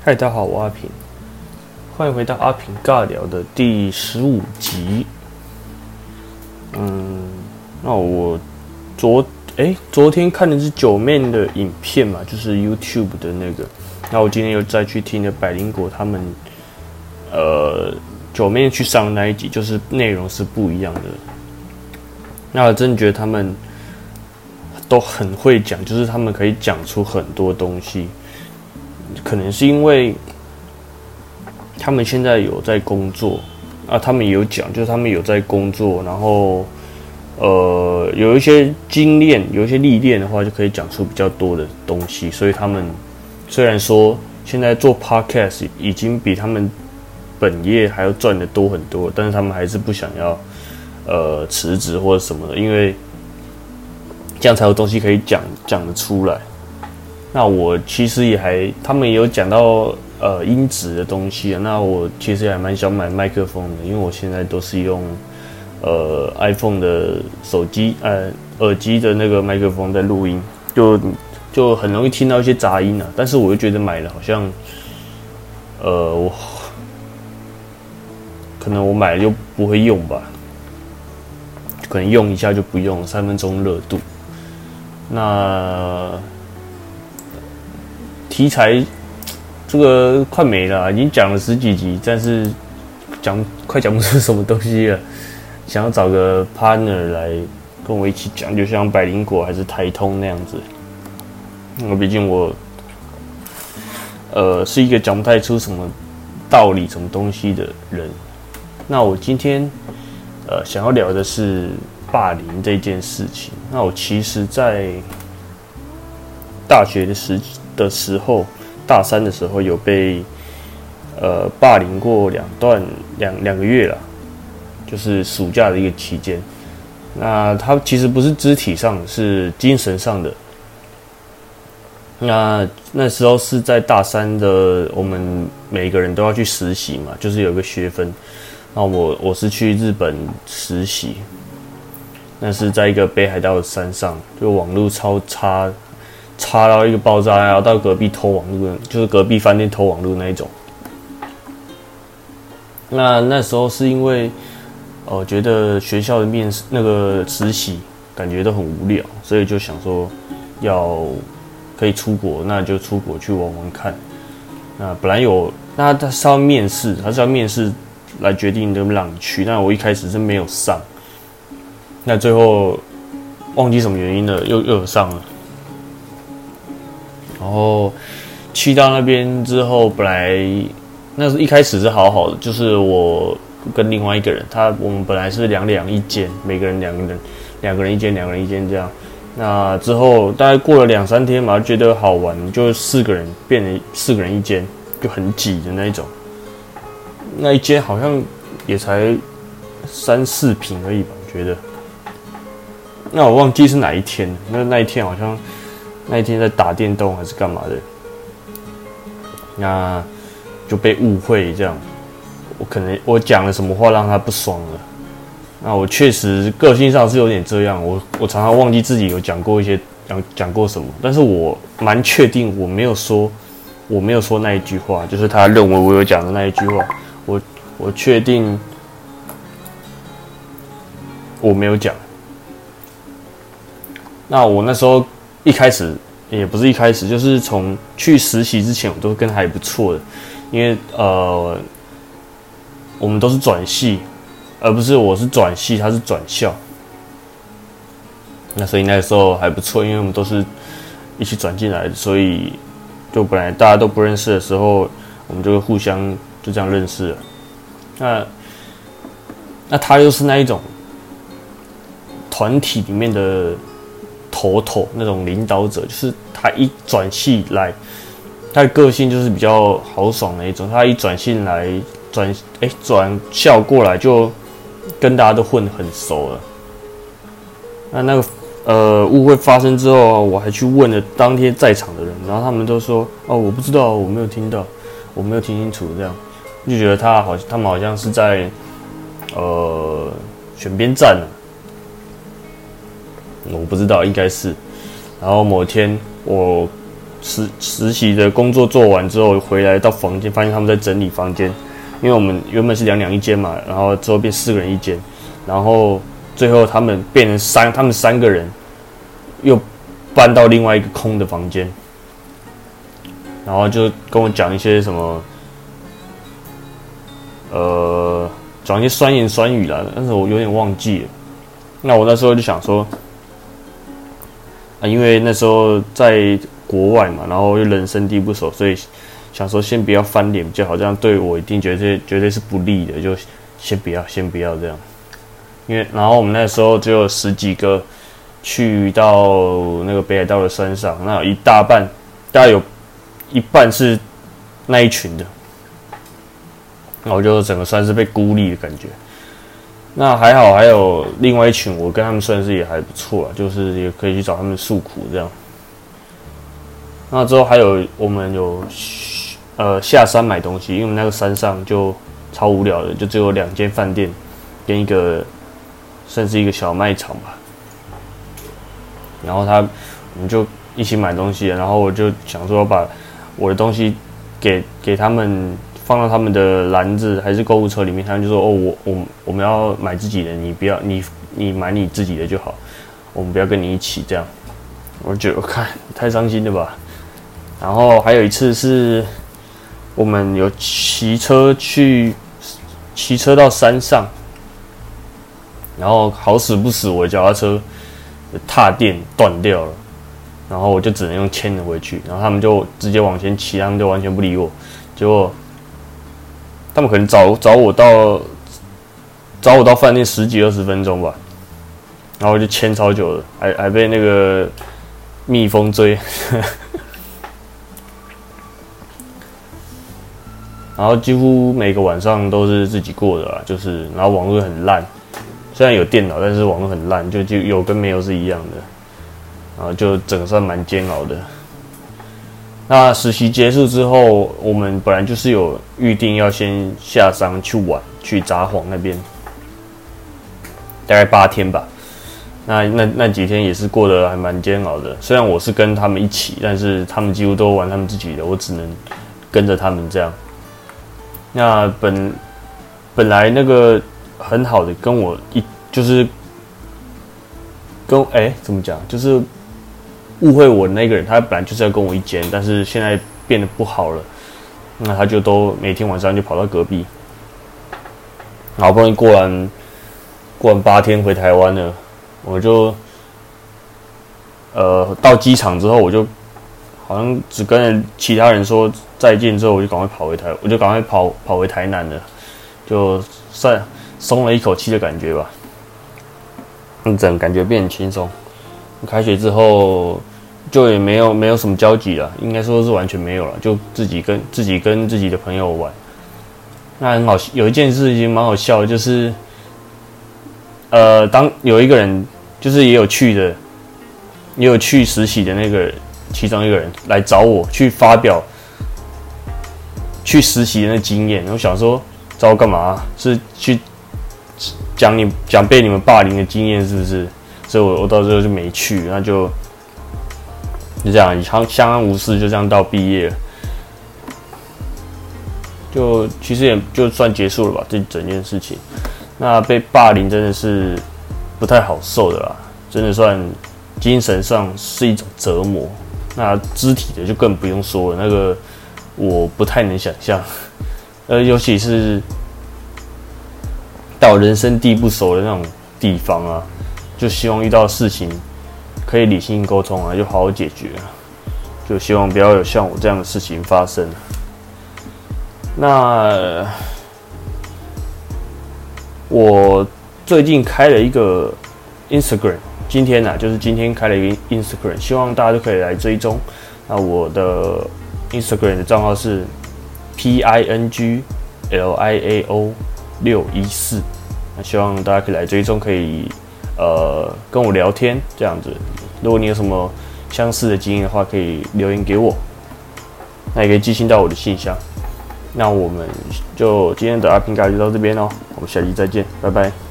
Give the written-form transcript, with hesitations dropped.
嗨，大家好，我阿平，欢迎回到阿平尬聊的第15集。那我昨天看的是九妹的影片嘛，就是 YouTube 的那个。那我今天又再去听了百灵果他们九妹去上的那一集，就是内容是不一样的。那我真的觉得他们都很会讲，就是他们可以讲出很多东西。可能是因为他们现在有在工作啊，他们也有讲，就是他们有在工作，然后有一些经验，有一些历练的话，就可以讲出比较多的东西。所以他们虽然说现在做 podcast 已经比他们本业还要赚的多很多，但是他们还是不想要辞职或者什么的，因为这样才有东西可以讲得出来。那我其实他们也有讲到音质的东西啊。那我其实也还蛮想买麦克风的，因为我现在都是用iPhone 的手机耳机的那个麦克风在录音，就很容易听到一些杂音啊。但是我又觉得买了好像我可能我买了就不会用吧，可能用一下就不用，3分钟热度。那题材这个快没了，已经讲了10几集，但是快讲不出什么东西了。想要找个 partner 来跟我一起讲，就像百灵果还是台通那样子。毕竟我是一个讲不太出什么道理、什么东西的人。那我今天想要聊的是霸凌这件事情。那我其实在大学的时候，大3的时候有被霸凌过两个月啦，就是暑假的一个期间。那他其实不是肢体上，是精神上的。那时候是在大3的，我们每个人都要去实习嘛，就是有一个学分。那我是去日本实习，那是在一个北海道的山上，就网络超差到一个爆炸，然后到隔壁偷网路，就是隔壁饭店偷网路那一种。那时候是因为觉得学校的那个实习感觉都很无聊，所以就想说可以出国，那就出国去玩玩看。那本来他是要面试，来决定能不能让你去。那我一开始是没有上，那最后忘记什么原因了，又有上了。然后去到那边之后，本来那是一开始是好好的，就是我跟另外一个人，我们本来是两一间，每个人两个人一间这样。那之后大概过了2-3天嘛，觉得好玩，就4个人变成4个人一间，就很挤的那一种。那一间好像也才3-4坪而已吧，我觉得。那我忘记是哪一天，那一天好像那一天在打电动还是干嘛的，那就被误会这样。我讲了什么话让他不爽了。那我确实个性上是有点这样，我常常忘记自己有讲过什么，但是我蛮确定我没有说那一句话，就是他认为我有讲的那一句话，我确定我没有讲。那我那时候一开始也不是一开始，就是从去实习之前，我都跟他还不错的，因为我们都是转系，而不是我是转系，他是转校。那所以那时候还不错，因为我们都是一起转进来的，所以就本来大家都不认识的时候，我们就会互相就这样认识了。那他又是那一种团体里面的头那种领导者，就是他一转系来，他的个性就是比较豪爽的一种。他一转系来转校过来，就跟大家都混得很熟了。那个误会发生之后，我还去问了当天在场的人，然后他们都说我不知道，我没有听到，我没有听清楚，这样就觉得他们好像是在选边站了。我不知道，应该是。然后某天我实习的工作做完之后，回来到房间，发现他们在整理房间，因为我们原本是2两一间嘛，然后之后变4个人一间，然后最后他们变成他们3个人又搬到另外一个空的房间，然后就跟我讲一些什么，讲一些酸言酸语啦，但是我有点忘记了。那我那时候就想说，因为那时候在国外嘛，然后又人生地不熟，所以想说先不要翻脸比较好，这样对我一定绝对是不利的，就先不要这样。因为然后我们那时候只有10几个去到那个北海道的山上，那有大概有一半是那一群的，然后就整个算是被孤立的感觉。那还好，还有另外一群，我跟他们算是也还不错啦，就是也可以去找他们诉苦这样。那之后还有我们有下山买东西，因为我们那个山上就超无聊的，就只有2间饭店跟一个算是一个小卖场吧。然后我们就一起买东西，然后我就想说把我的东西给他们。放到他们的篮子还是购物车里面，他们就说：“我们要买自己的，你不要你买你自己的就好，我们不要跟你一起这样。”我觉得看太伤心了吧。然后还有一次是我们有骑车到山上，然后好死不死我的脚踏车的踏垫断掉了，然后我就只能用牵的回去，然后他们就直接往前骑，他们就完全不理我，结果。他们可能找我到饭店10几20分钟吧，然后我就牵超久了，还被那个蜜蜂追，然后几乎每个晚上都是自己过的啦，就是然后网络很烂，虽然有电脑，但是网络很烂，就有跟没有是一样的，然后就整个算蛮煎熬的。那实习结束之后，我们本来就是有预定要先下山去玩，去札幌那边，大概8天吧。那几天也是过得还蛮煎熬的。虽然我是跟他们一起，但是他们几乎都玩他们自己的，我只能跟着他们这样。那本来那个很好的跟我就是怎么讲，就是误会我的那个人，他本来就是要跟我一间，但是现在变得不好了，那他就都每天晚上就跑到隔壁，好不容易过完8天回台湾了，我就到机场之后，我就好像只跟其他人说再见之后，我就赶快跑回台南了，就算松了一口气的感觉吧，整感觉变很轻松。开学之后就也没有什么交集了，应该说是完全没有了，就自己跟自己的朋友玩。那很好，有一件事情蛮好笑的，就是当有一个人就是也有去实习的那个其中一个人来找我去发表去实习的那经验，我想说找我干嘛？是去讲被你们霸凌的经验是不是？所以我到最后就没去，那就这样相安无事，就这样到毕业了，就其实也就算结束了吧，这整件事情。那被霸凌真的是不太好受的啦，真的算精神上是一种折磨。那肢体的就更不用说了，那个我不太能想象，尤其是到人生地不熟的那种地方啊。就希望遇到事情可以理性沟通啊，就好好解决啊。就希望不要有像我这样的事情发生。那我最近开了一个 Instagram， 今天开了一个 Instagram， 希望大家都可以来追踪。那我的 Instagram 的账号是 PINGLIAO614， 那希望大家可以来追踪，可以跟我聊天这样子。如果你有什么相似的经验的话，可以留言给我，那也可以寄信到我的信箱。那我们就今天的阿平嘎就到这边哦，我们下期再见，拜拜。